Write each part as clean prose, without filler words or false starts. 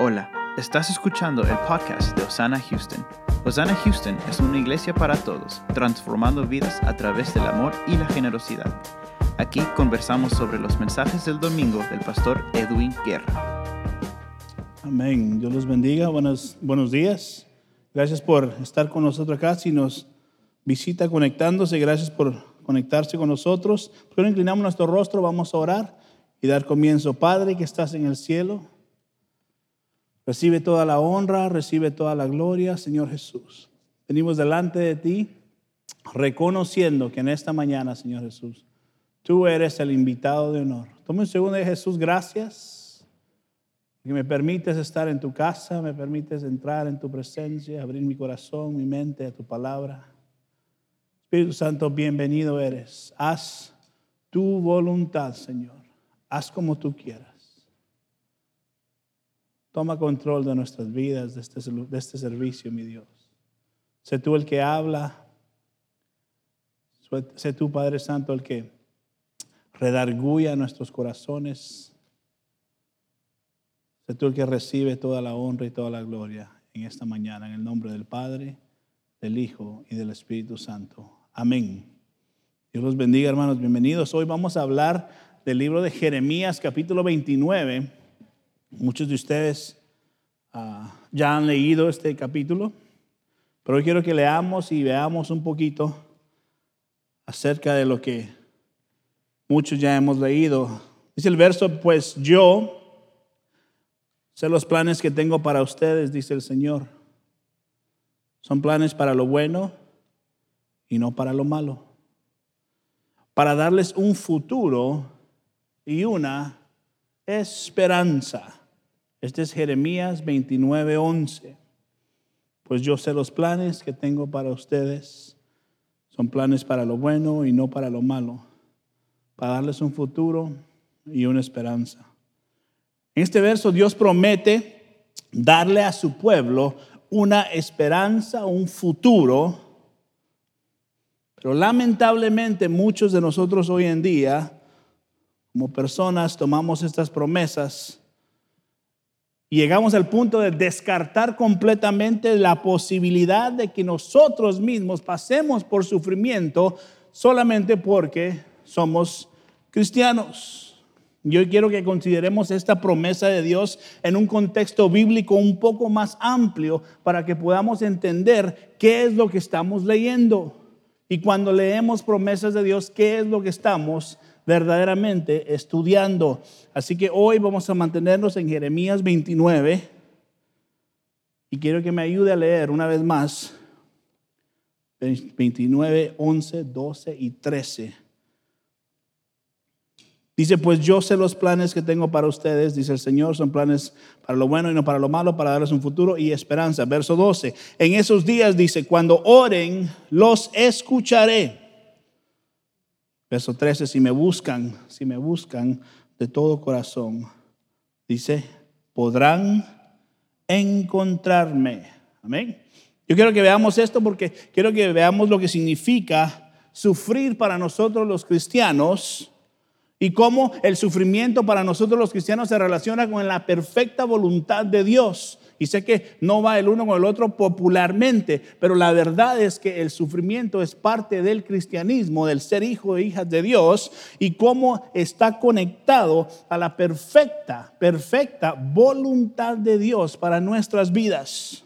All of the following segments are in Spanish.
Hola, estás escuchando el podcast de Hosanna Houston. Hosanna Houston es una iglesia para todos, transformando vidas a través del amor y la generosidad. Aquí conversamos sobre los mensajes del domingo del pastor Edwin Guerra. Amén. Dios los bendiga. Buenos días. Gracias por estar con nosotros acá. Si nos visita conectándose, gracias por conectarse con nosotros. Primero inclinamos nuestro rostro, vamos a orar y dar comienzo. Padre que estás en el cielo, recibe toda la honra, recibe toda la gloria, Señor Jesús. Venimos delante de ti, reconociendo que en esta mañana, Señor Jesús, tú eres el invitado de honor. Toma un segundo de Jesús, gracias, que me permites estar en tu casa, me permites entrar en tu presencia, abrir mi corazón, mi mente a tu palabra. Espíritu Santo, bienvenido eres. Haz tu voluntad, Señor. Haz como tú quieras. Toma control de nuestras vidas, de este servicio, mi Dios. Sé tú el que habla. Sé tú, Padre Santo, el que redarguya nuestros corazones. Sé tú el que recibe toda la honra y toda la gloria en esta mañana. En el nombre del Padre, del Hijo y del Espíritu Santo. Amén. Dios los bendiga, hermanos. Bienvenidos. Hoy vamos a hablar del libro de Jeremías, capítulo 29. Muchos de ustedes ya han leído este capítulo, pero hoy quiero que leamos y veamos un poquito acerca de lo que muchos ya hemos leído. Dice el verso, pues yo sé los planes que tengo para ustedes, dice el Señor. Son planes para lo bueno y no para lo malo, para darles un futuro y una esperanza. Este es Jeremías 29:11. Pues yo sé los planes que tengo para ustedes. Son planes para lo bueno y no para lo malo, para darles un futuro y una esperanza. En este verso Dios promete darle a su pueblo una esperanza, un futuro. Pero lamentablemente muchos de nosotros hoy en día, como personas, tomamos estas promesas y llegamos al punto de descartar completamente la posibilidad de que nosotros mismos pasemos por sufrimiento solamente porque somos cristianos. Yo quiero que consideremos esta promesa de Dios en un contexto bíblico un poco más amplio para que podamos entender qué es lo que estamos leyendo. Y cuando leemos promesas de Dios, ¿qué es lo que estamos verdaderamente estudiando? Así que hoy vamos a mantenernos en Jeremías 29 y quiero que me ayude a leer una vez más 29, 11, 12 y 13. Dice, pues yo sé los planes que tengo para ustedes, dice el Señor, son planes para lo bueno y no para lo malo, para darles un futuro y esperanza. Verso 12, en esos días dice, cuando oren, los escucharé. Verso 13, si me buscan de todo corazón, dice, podrán encontrarme. Amén. Yo quiero que veamos esto porque quiero que veamos lo que significa sufrir para nosotros los cristianos y cómo el sufrimiento para nosotros los cristianos se relaciona con la perfecta voluntad de Dios. Y sé que no va el uno con el otro popularmente, pero la verdad es que el sufrimiento es parte del cristianismo, del ser hijo e hijas de Dios, y cómo está conectado a la perfecta voluntad de Dios para nuestras vidas.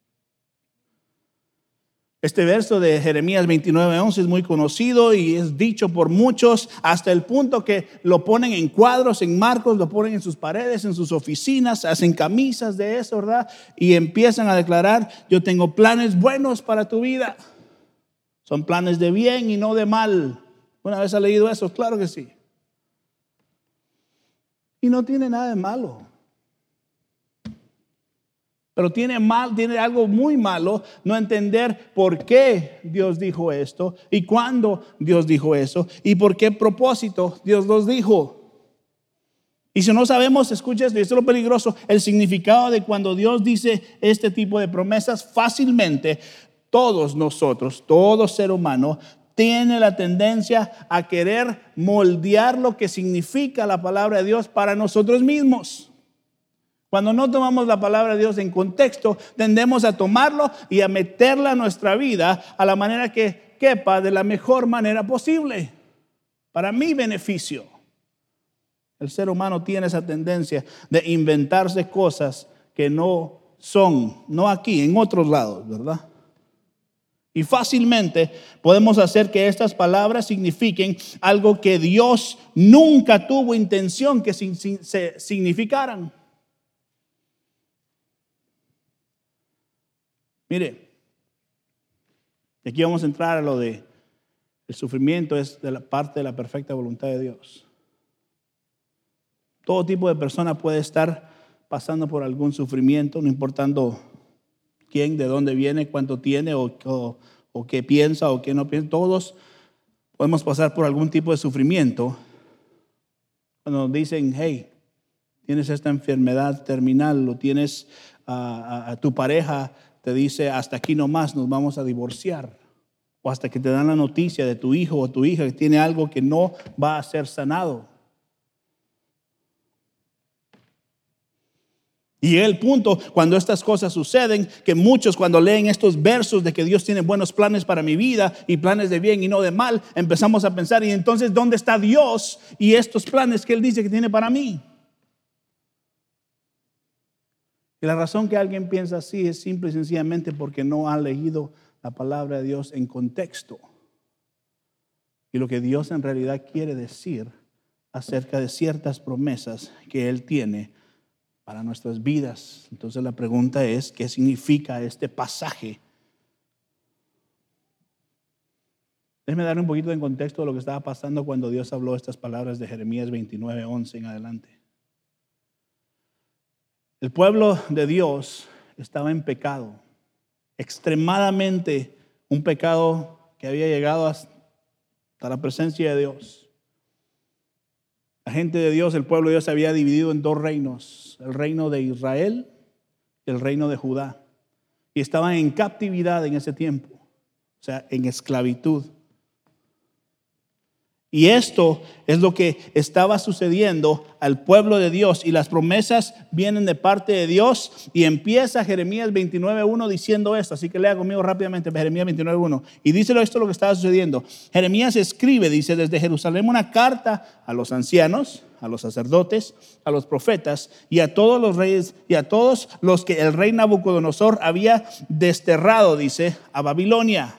Este verso de Jeremías 29:11 es muy conocido y es dicho por muchos hasta el punto que lo ponen en cuadros, en marcos, lo ponen en sus paredes, en sus oficinas, hacen camisas de eso, ¿verdad? Y empiezan a declarar, yo tengo planes buenos para tu vida. Son planes de bien y no de mal. ¿Una vez has leído eso? Claro que sí. Y no tiene nada de malo. Pero tiene algo muy malo no entender por qué Dios dijo esto y cuándo Dios dijo eso y por qué propósito Dios los dijo. Y si no sabemos, escucha esto, y esto es lo peligroso, el significado de cuando Dios dice este tipo de promesas, fácilmente todos nosotros, todo ser humano, tiene la tendencia a querer moldear lo que significa la palabra de Dios para nosotros mismos. Cuando no tomamos la palabra de Dios en contexto, tendemos a tomarlo y a meterla a nuestra vida a la manera que quepa de la mejor manera posible, para mi beneficio. El ser humano tiene esa tendencia de inventarse cosas que no son, no aquí, en otros lados, ¿verdad? Y fácilmente podemos hacer que estas palabras signifiquen algo que Dios nunca tuvo intención que significaran. Mire, aquí vamos a entrar a lo de el sufrimiento es de la parte de la perfecta voluntad de Dios. Todo tipo de persona puede estar pasando por algún sufrimiento, no importando quién, de dónde viene, cuánto tiene o qué piensa o qué no piensa. Todos podemos pasar por algún tipo de sufrimiento. Cuando nos dicen, hey, tienes esta enfermedad terminal, o tienes a tu pareja te dice, hasta aquí nomás, nos vamos a divorciar. O hasta que te dan la noticia de tu hijo o tu hija que tiene algo que no va a ser sanado. Y el punto, cuando estas cosas suceden, que muchos cuando leen estos versos de que Dios tiene buenos planes para mi vida y planes de bien y no de mal, empezamos a pensar, y entonces, ¿dónde está Dios y estos planes que Él dice que tiene para mí? Y la razón que alguien piensa así es simple y sencillamente porque no ha leído la palabra de Dios en contexto. Y lo que Dios en realidad quiere decir acerca de ciertas promesas que Él tiene para nuestras vidas. Entonces la pregunta es, ¿qué significa este pasaje? Déjeme dar un poquito de contexto de lo que estaba pasando cuando Dios habló estas palabras de Jeremías 29:11 en adelante. El pueblo de Dios estaba en pecado, extremadamente un pecado que había llegado hasta la presencia de Dios. La gente de Dios, el pueblo de Dios se había dividido en dos reinos, el reino de Israel y el reino de Judá. Y estaban en captividad en ese tiempo, o sea, en esclavitud. Y esto es lo que estaba sucediendo al pueblo de Dios. Y las promesas vienen de parte de Dios. Y empieza Jeremías 29:1 diciendo esto. Así que lea conmigo rápidamente Jeremías 29:1. Y dice esto lo que estaba sucediendo. Jeremías escribe, dice, desde Jerusalén una carta a los ancianos, a los sacerdotes, a los profetas y a todos los reyes y a todos los que el rey Nabucodonosor había desterrado, dice, a Babilonia.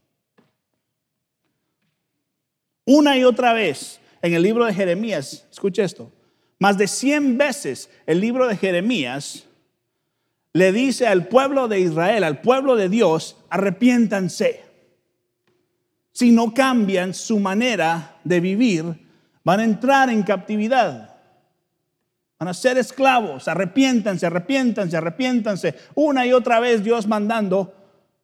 Una y otra vez en el libro de Jeremías, escuche esto, más de 100 veces el libro de Jeremías le dice al pueblo de Israel, al pueblo de Dios, arrepiéntanse. Si no cambian su manera de vivir, van a entrar en captividad. Van a ser esclavos, arrepiéntanse, arrepiéntanse, arrepiéntanse. Una y otra vez Dios mandando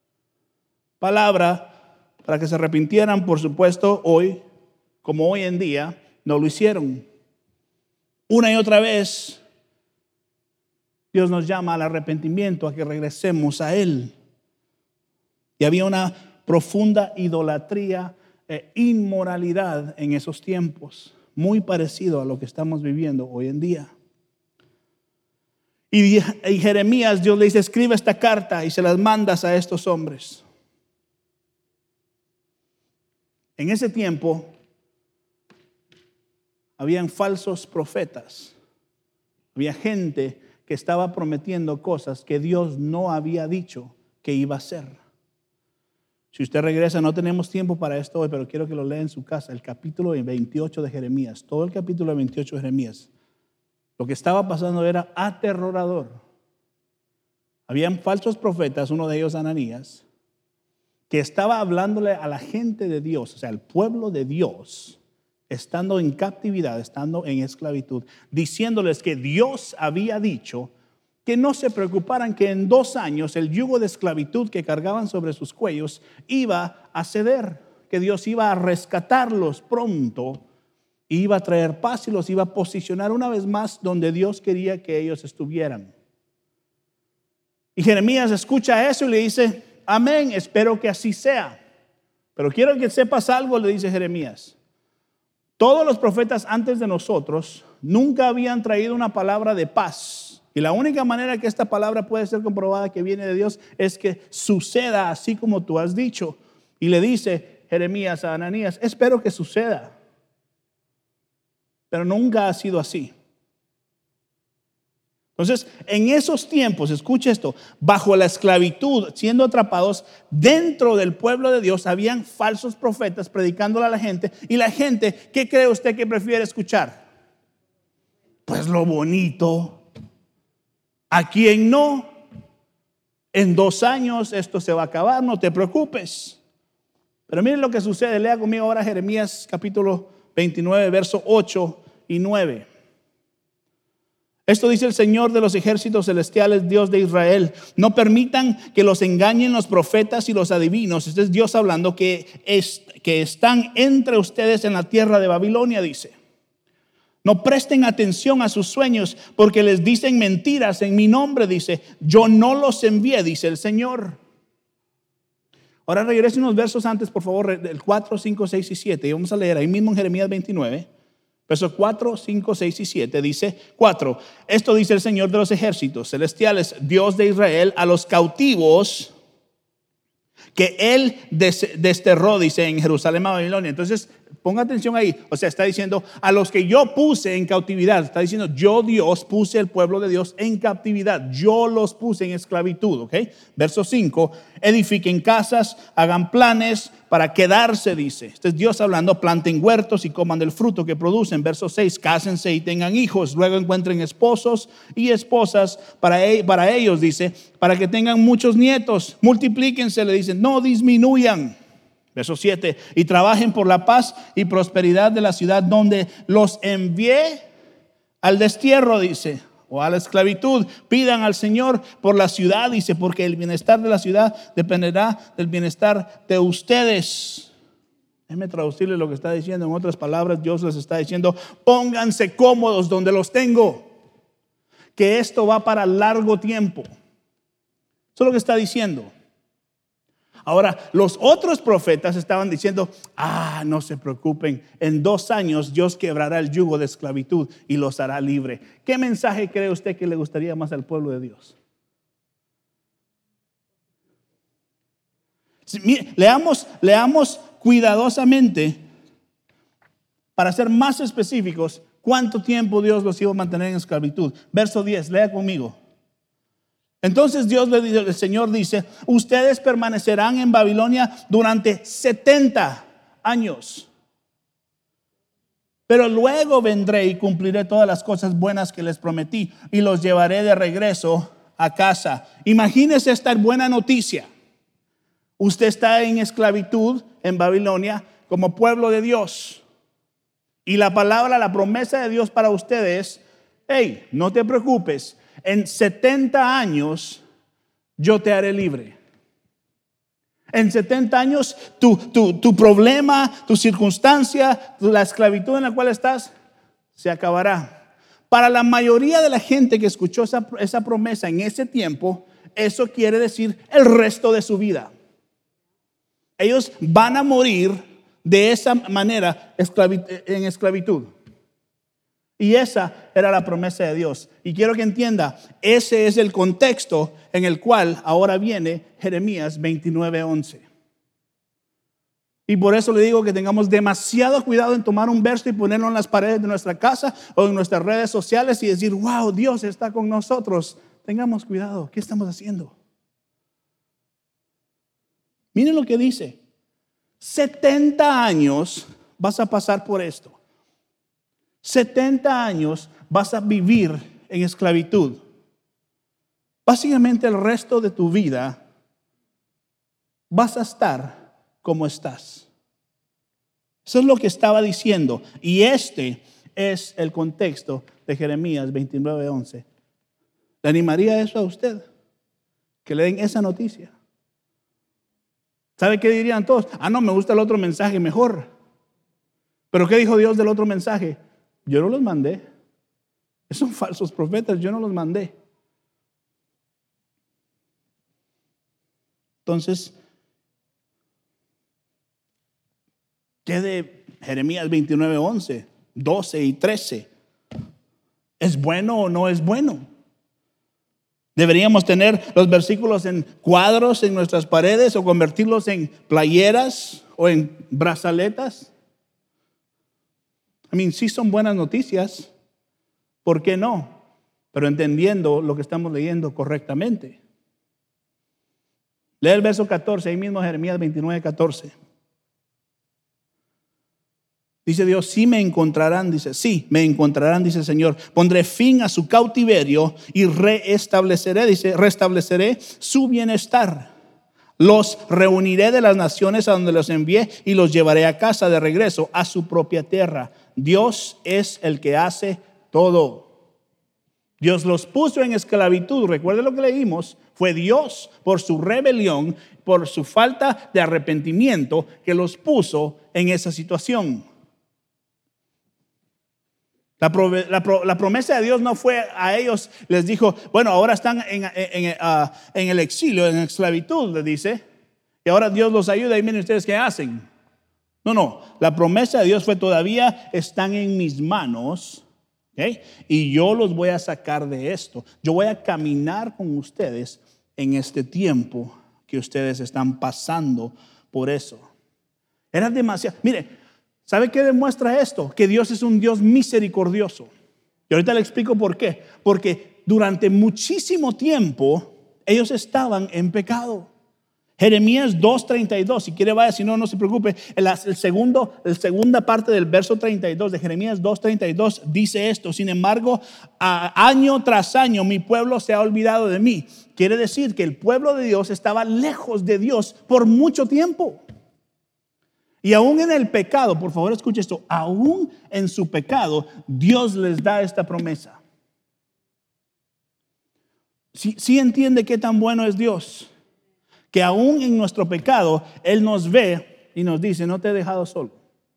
palabra para que se arrepintieran, por supuesto, hoy. Como hoy en día, no lo hicieron. Una y otra vez, Dios nos llama al arrepentimiento, a que regresemos a Él. Y había una profunda idolatría e inmoralidad en esos tiempos, muy parecido a lo que estamos viviendo hoy en día. Y Jeremías, Dios le dice, escribe esta carta y se las mandas a estos hombres. En ese tiempo, habían falsos profetas. Había gente que estaba prometiendo cosas que Dios no había dicho que iba a hacer. Si usted regresa, no tenemos tiempo para esto hoy, pero quiero que lo lea en su casa, el capítulo 28 de Jeremías, todo el capítulo 28 de Jeremías. Lo que estaba pasando era aterrador. Habían falsos profetas, uno de ellos Ananías, que estaba hablándole a la gente de Dios, o sea, al pueblo de Dios, estando en captividad, estando en esclavitud, diciéndoles que Dios había dicho que no se preocuparan, que en 2 años el yugo de esclavitud que cargaban sobre sus cuellos iba a ceder, que Dios iba a rescatarlos pronto, iba a traer paz y los iba a posicionar una vez más donde Dios quería que ellos estuvieran. Y Jeremías escucha eso y le dice, amén, espero que así sea. Pero quiero que sepas algo, le dice Jeremías. Todos los profetas antes de nosotros nunca habían traído una palabra de paz. Y la única manera que esta palabra puede ser comprobada que viene de Dios es que suceda así como tú has dicho. Y le dice Jeremías a Ananías, espero que suceda. Pero nunca ha sido así. Entonces, en esos tiempos, escuche esto, bajo la esclavitud, siendo atrapados dentro del pueblo de Dios, habían falsos profetas predicándole a la gente. Y la gente, ¿qué cree usted que prefiere escuchar? Pues lo bonito. ¿A quién no? En 2 años esto se va a acabar, no te preocupes. Pero miren lo que sucede. Lea conmigo ahora Jeremías capítulo 29, verso 8 y 9. Esto dice el Señor de los ejércitos celestiales, Dios de Israel. No permitan que los engañen los profetas y los adivinos. Este es Dios hablando que están entre ustedes en la tierra de Babilonia, dice. No presten atención a sus sueños porque les dicen mentiras en mi nombre, dice. Yo no los envié, dice el Señor. Ahora regrese unos versos antes, por favor, del 4, 5, 6 y 7. Y vamos a leer ahí mismo en Jeremías 29. Versos 4, 5, 6 y 7 dice 4. Esto dice el Señor de los ejércitos celestiales, Dios de Israel, a los cautivos que Él desterró, dice, en Jerusalén a Babilonia. Entonces, ponga atención ahí. O sea, está diciendo a los que yo puse en cautividad. Está diciendo yo, Dios, puse el pueblo de Dios en cautividad. Yo los puse en esclavitud. ¿Ok? Verso 5. Edifiquen casas, hagan planes para quedarse, dice. Este es Dios hablando. Planten huertos y coman del fruto que producen. Verso 6. Cásense y tengan hijos. Luego encuentren esposos y esposas para ellos, dice. Para que tengan muchos nietos. Multiplíquense, le dicen. No disminuyan. Verso 7, y trabajen por la paz y prosperidad de la ciudad donde los envié al destierro, dice, o a la esclavitud. Pidan al Señor por la ciudad, dice, porque el bienestar de la ciudad dependerá del bienestar de ustedes. Déjenme traducirle lo que está diciendo. En otras palabras, Dios les está diciendo, pónganse cómodos donde los tengo, que esto va para largo tiempo. Eso es lo que está diciendo. Ahora, los otros profetas estaban diciendo, no se preocupen, en 2 años Dios quebrará el yugo de esclavitud y los hará libre. ¿Qué mensaje cree usted que le gustaría más al pueblo de Dios? Leamos cuidadosamente para ser más específicos cuánto tiempo Dios los iba a mantener en esclavitud. Verso 10, lea conmigo. Entonces Dios le dice, el Señor dice, ustedes permanecerán en Babilonia durante 70 años. Pero luego vendré y cumpliré todas las cosas buenas que les prometí y los llevaré de regreso a casa. Imagínese esta buena noticia. Usted está en esclavitud en Babilonia como pueblo de Dios. Y la promesa de Dios para ustedes, hey, no te preocupes. En 70 años yo te haré libre. En 70 años tu problema, tu circunstancia, la esclavitud en la cual estás, se acabará. Para la mayoría de la gente que escuchó esa promesa en ese tiempo, eso quiere decir el resto de su vida. Ellos van a morir de esa manera en esclavitud. Y esa era la promesa de Dios. Y quiero que entienda, ese es el contexto en el cual ahora viene Jeremías 29:11. Y por eso le digo que tengamos demasiado cuidado en tomar un verso y ponerlo en las paredes de nuestra casa o en nuestras redes sociales y decir, wow, Dios está con nosotros. Tengamos cuidado, ¿qué estamos haciendo? Miren lo que dice. 70 años vas a pasar por esto. 70 años vas a vivir en esclavitud. Básicamente el resto de tu vida vas a estar como estás. Eso es lo que estaba diciendo. Y este es el contexto de Jeremías 29:11. ¿Le animaría eso a usted? Que le den esa noticia. ¿Sabe qué dirían todos? No, me gusta el otro mensaje mejor. ¿Pero qué dijo Dios del otro mensaje? Yo no los mandé. Son falsos profetas, yo no los mandé. Entonces, ¿qué de Jeremías 29:11, 12 y 13? ¿Es bueno o no es bueno? Deberíamos tener los versículos en cuadros en nuestras paredes o convertirlos en playeras o en brazaletas. Sí son buenas noticias. ¿Por qué no? Pero entendiendo lo que estamos leyendo correctamente. Lee el verso 14, ahí mismo Jeremías 29, 14. Dice Dios, sí me encontrarán, dice el Señor. Pondré fin a su cautiverio y restableceré su bienestar. Los reuniré de las naciones a donde los envié y los llevaré a casa de regreso a su propia tierra. Dios es el que hace todo. Dios los puso en esclavitud. Recuerden lo que leímos. Fue Dios, por su rebelión, por su falta de arrepentimiento, que los puso en esa situación. La promesa de Dios no fue a ellos, les dijo, bueno, ahora están en el exilio, en esclavitud, les dice, y ahora Dios los ayuda y miren ustedes qué hacen. No, la promesa de Dios fue todavía están en mis manos, ¿okay? Y yo los voy a sacar de esto. Yo voy a caminar con ustedes en este tiempo que ustedes están pasando por eso. Era demasiado, mire. ¿Sabe qué demuestra esto? Que Dios es un Dios misericordioso. Y ahorita le explico por qué. Porque durante muchísimo tiempo ellos estaban en pecado. Jeremías 2:32, si quiere vaya, si no, no se preocupe. La segunda parte del verso 32 de Jeremías 2:32 dice esto: sin embargo, año tras año mi pueblo se ha olvidado de mí. Quiere decir que el pueblo de Dios estaba lejos de Dios por mucho tiempo. Y aún en el pecado, por favor escuche esto, aún en su pecado, Dios les da esta promesa. ¿Sí entiende qué tan bueno es Dios? Que aún en nuestro pecado, Él nos ve y nos dice, no te he dejado solo.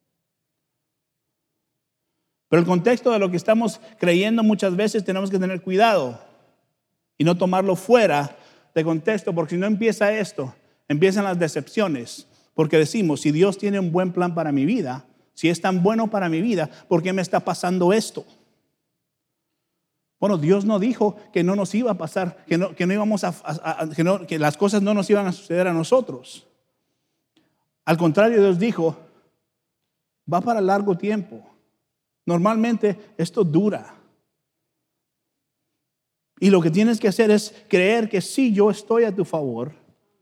Pero el contexto de lo que estamos creyendo muchas veces tenemos que tener cuidado y no tomarlo fuera de contexto, porque si no empieza esto, empiezan las decepciones. Porque decimos, si Dios tiene un buen plan para mi vida, si es tan bueno para mi vida, ¿por qué me está pasando esto? Bueno, Dios no dijo que no nos iba a pasar, que las cosas no nos iban a suceder a nosotros. Al contrario, Dios dijo, va para largo tiempo. Normalmente esto dura. Y lo que tienes que hacer es creer que sí, yo estoy a tu favor.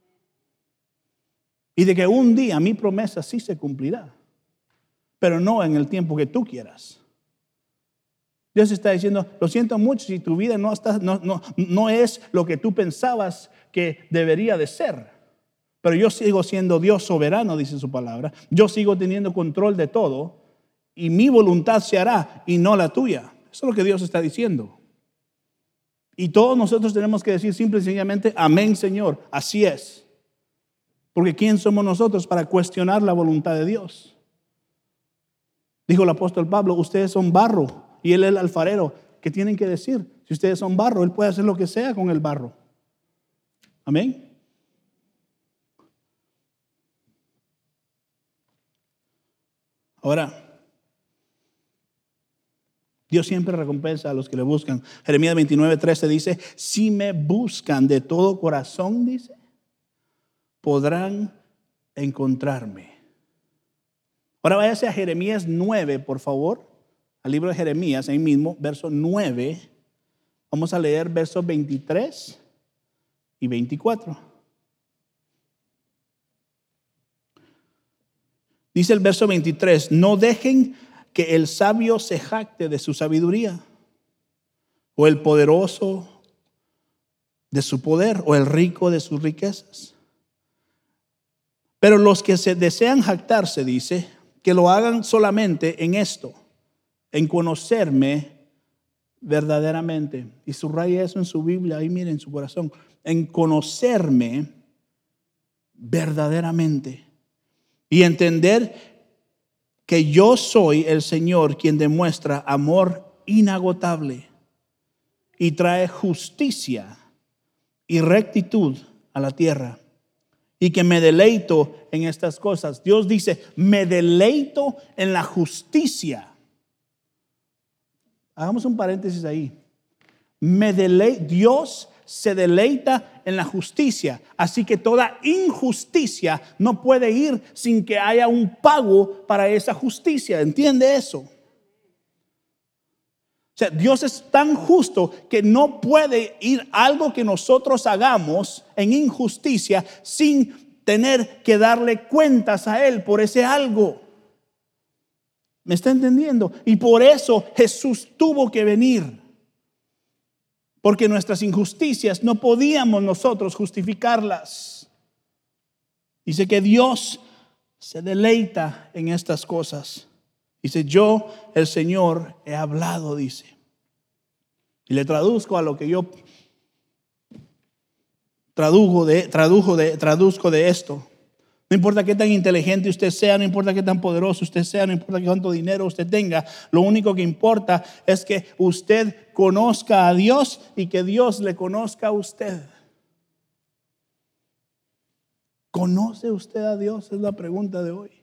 Y de que un día mi promesa sí se cumplirá, pero no en el tiempo que tú quieras. Dios está diciendo, lo siento mucho si tu vida no es lo que tú pensabas que debería de ser. Pero yo sigo siendo Dios soberano, dice su palabra. Yo sigo teniendo control de todo y mi voluntad se hará y no la tuya. Eso es lo que Dios está diciendo. Y todos nosotros tenemos que decir simple y sencillamente, amén, Señor, así es. Porque ¿quién somos nosotros para cuestionar la voluntad de Dios? Dijo el apóstol Pablo, ustedes son barro y Él es el alfarero. ¿Qué tienen que decir? Si ustedes son barro, Él puede hacer lo que sea con el barro. Amén. Ahora, Dios siempre recompensa a los que le buscan. Jeremías 29:13 dice, si me buscan de todo corazón, dice, podrán encontrarme. Ahora váyase a Jeremías 9, por favor. Al libro de Jeremías, ahí mismo, verso 9. Vamos a leer versos 23 y 24. Dice el verso 23, no dejen que el sabio se jacte de su sabiduría, o el poderoso de su poder, o el rico de sus riquezas. Pero los que se desean jactarse, dice, que lo hagan solamente en esto, en conocerme verdaderamente. Y subraya eso en su Biblia, ahí miren en su corazón. En conocerme verdaderamente. Y entender que yo soy el Señor quien demuestra amor inagotable y trae justicia y rectitud a la tierra. Y que me deleito en estas cosas. Dios dice, me deleito en la justicia. Hagamos un paréntesis ahí. Dios se deleita en la justicia. Así que toda injusticia no puede ir sin que haya un pago para esa justicia. ¿Entiende eso? O sea, Dios es tan justo que no puede ir algo que nosotros hagamos en injusticia sin tener que darle cuentas a Él por ese algo. ¿Me está entendiendo? Y por eso Jesús tuvo que venir. Porque nuestras injusticias no podíamos nosotros justificarlas. Dice que Dios se deleita en estas cosas. Dice, yo, el Señor, he hablado, dice. Y le traduzco a lo que yo traduzco de esto. No importa qué tan inteligente usted sea, no importa qué tan poderoso usted sea, no importa cuánto dinero usted tenga. Lo único que importa es que usted conozca a Dios y que Dios le conozca a usted. ¿Conoce usted a Dios? Es la pregunta de hoy.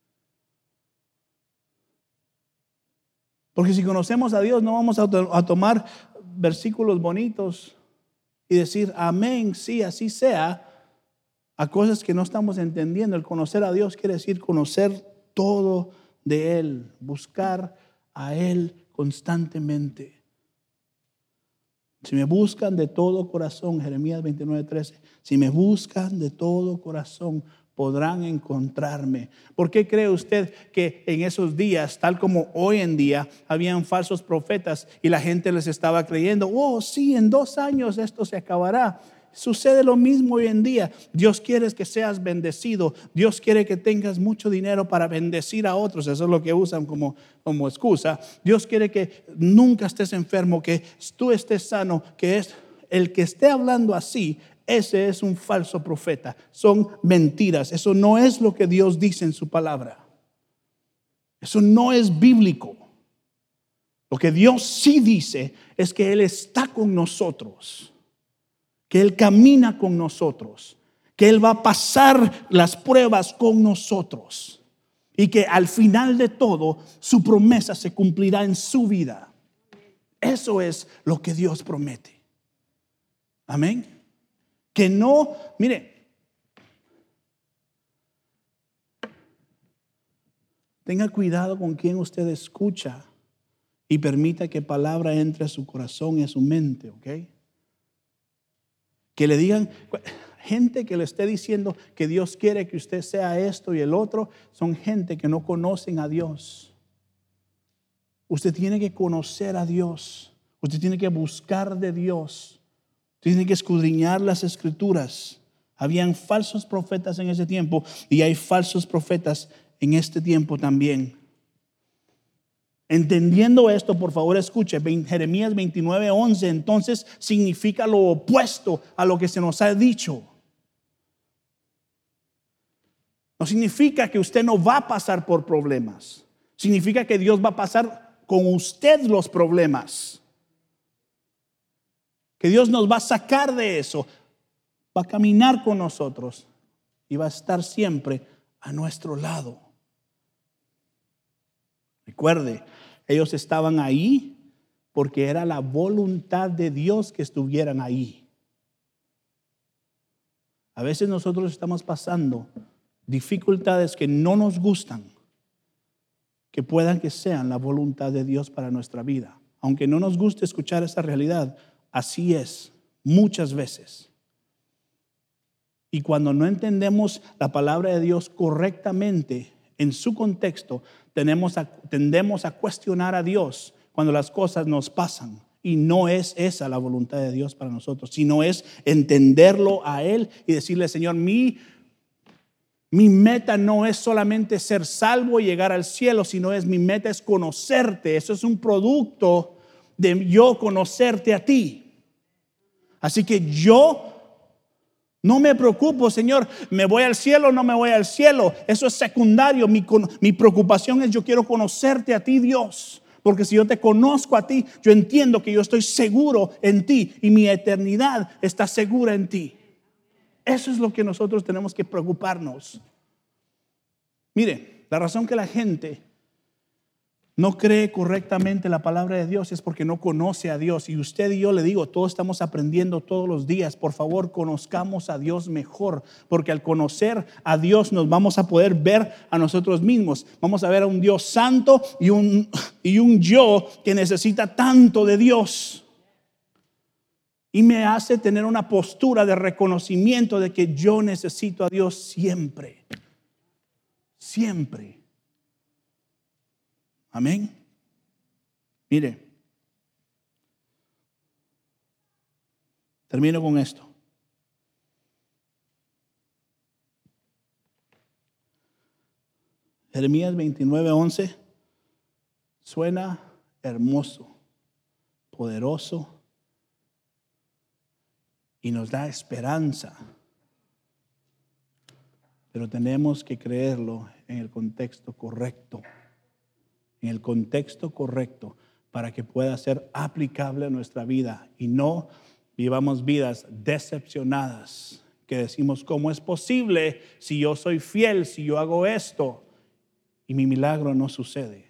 Porque si conocemos a Dios, no vamos a tomar versículos bonitos y decir amén, sí, así sea, a cosas que no estamos entendiendo. El conocer a Dios quiere decir conocer todo de Él, buscar a Él constantemente. Si me buscan de todo corazón, Jeremías 29:13, si me buscan de todo corazón, podrán encontrarme. ¿Por qué cree usted que en esos días, tal como hoy en día, habían falsos profetas y la gente les estaba creyendo? Oh, sí, en 2 años esto se acabará. Sucede lo mismo hoy en día. Dios quiere que seas bendecido. Dios quiere que tengas mucho dinero para bendecir a otros. Eso es lo que usan como excusa. Dios quiere que nunca estés enfermo, que tú estés sano, que es el que esté hablando así. Ese es un falso profeta. Son mentiras. Eso no es lo que Dios dice en su palabra. Eso no es bíblico. Lo que Dios sí dice es que Él está con nosotros, que Él camina con nosotros, que Él va a pasar las pruebas con nosotros y que al final de todo su promesa se cumplirá en su vida. Eso es lo que Dios promete. Amén. Que no, mire, tenga cuidado con quien usted escucha y permita que palabra entre a su corazón y a su mente, ¿ok? Que le digan, gente que le esté diciendo que Dios quiere que usted sea esto y el otro, son gente que no conocen a Dios. Usted tiene que conocer a Dios. Usted tiene que buscar de Dios. Usted tiene que escudriñar las Escrituras. Habían falsos profetas en ese tiempo y hay falsos profetas en este tiempo también. Entendiendo esto, por favor escuche, Jeremías 29:11 entonces significa lo opuesto a lo que se nos ha dicho. No significa que usted no va a pasar por problemas. Significa que Dios va a pasar con usted los problemas. Que Dios nos va a sacar de eso. Va a caminar con nosotros y va a estar siempre a nuestro lado. Recuerde, ellos estaban ahí porque era la voluntad de Dios que estuvieran ahí. A veces nosotros estamos pasando dificultades que no nos gustan, que puedan que sean la voluntad de Dios para nuestra vida. Aunque no nos guste escuchar esa realidad, así es muchas veces. Y cuando no entendemos la palabra de Dios correctamente en su contexto, tendemos a cuestionar a Dios cuando las cosas nos pasan. Y no es esa la voluntad de Dios para nosotros, sino es entenderlo a Él y decirle, Señor, mi meta no es solamente ser salvo y llegar al cielo, sino mi meta es conocerte. Eso es un producto de yo conocerte a ti. Así que yo no me preocupo, Señor, ¿me voy al cielo o no me voy al cielo? Eso es secundario. Mi preocupación es yo quiero conocerte a ti, Dios. Porque si yo te conozco a ti, yo entiendo que yo estoy seguro en ti y mi eternidad está segura en ti. Eso es lo que nosotros tenemos que preocuparnos. Mire, la razón que la gente no cree correctamente la palabra de Dios, es porque no conoce a Dios. Y usted y yo, le digo, todos estamos aprendiendo todos los días. Por favor, conozcamos a Dios mejor, porque al conocer a Dios nos vamos a poder ver a nosotros mismos. Vamos a ver a un Dios santo y un yo que necesita tanto de Dios. Y me hace tener una postura de reconocimiento de que yo necesito a Dios siempre. Siempre. Amén. Mire, termino con esto. Jeremías 29:11 suena hermoso, poderoso y nos da esperanza. Pero tenemos que creerlo en el contexto correcto. En el contexto correcto para que pueda ser aplicable a nuestra vida y no vivamos vidas decepcionadas que decimos, ¿cómo es posible si yo soy fiel, si yo hago esto y mi milagro no sucede?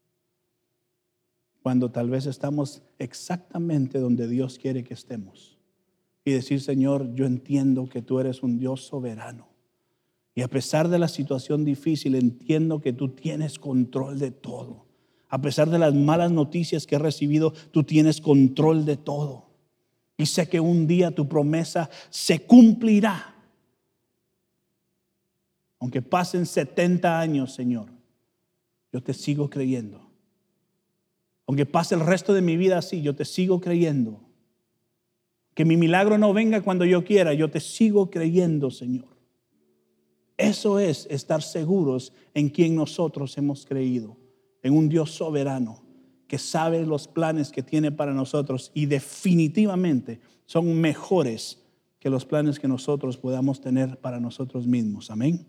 Cuando tal vez estamos exactamente donde Dios quiere que estemos y decir, Señor, yo entiendo que tú eres un Dios soberano. Y a pesar de la situación difícil, entiendo que tú tienes control de todo. A pesar de las malas noticias que he recibido, tú tienes control de todo. Y sé que un día tu promesa se cumplirá. Aunque pasen 70 años, Señor, yo te sigo creyendo. Aunque pase el resto de mi vida así, yo te sigo creyendo. Que mi milagro no venga cuando yo quiera, yo te sigo creyendo, Señor. Eso es estar seguros en quien nosotros hemos creído, en un Dios soberano que sabe los planes que tiene para nosotros y definitivamente son mejores que los planes que nosotros podamos tener para nosotros mismos. Amén.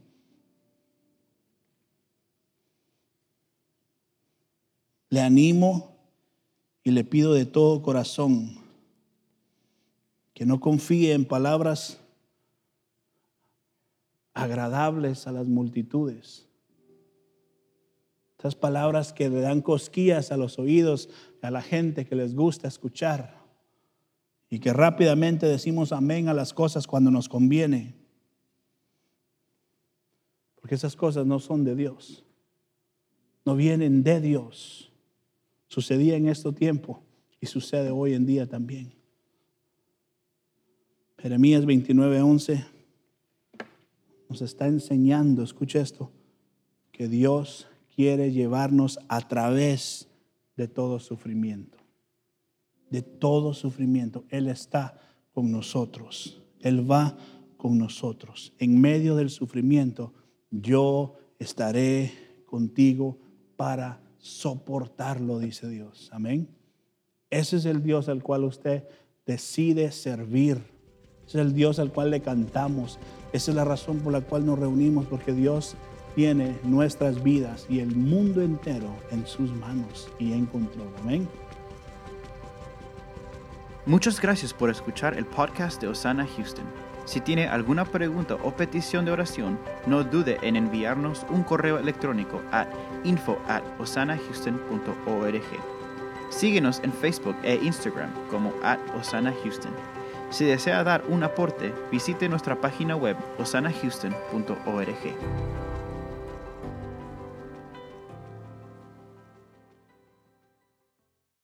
Le animo y le pido de todo corazón que no confíe en palabras agradables a las multitudes. Esas palabras que le dan cosquillas a los oídos a la gente que les gusta escuchar y que rápidamente decimos amén a las cosas cuando nos conviene. Porque esas cosas no son de Dios, no vienen de Dios. Sucedía en este tiempo y sucede hoy en día también. Jeremías 29:11 nos está enseñando, escucha esto, que Dios quiere llevarnos a través de todo sufrimiento. De todo sufrimiento. Él está con nosotros. Él va con nosotros. En medio del sufrimiento, yo estaré contigo para soportarlo, dice Dios. Amén. Ese es el Dios al cual usted decide servir. Ese es el Dios al cual le cantamos. Esa es la razón por la cual nos reunimos, porque Dios tiene nuestras vidas y el mundo entero en sus manos y en control. Amén. Muchas gracias por escuchar el podcast de Hosanna Houston. Si tiene alguna pregunta o petición de oración, no dude en enviarnos un correo electrónico a info@hosannahouston.org. Síguenos en Facebook e Instagram como @HosannaHouston. Si desea dar un aporte, visite nuestra página web hosannahouston.org.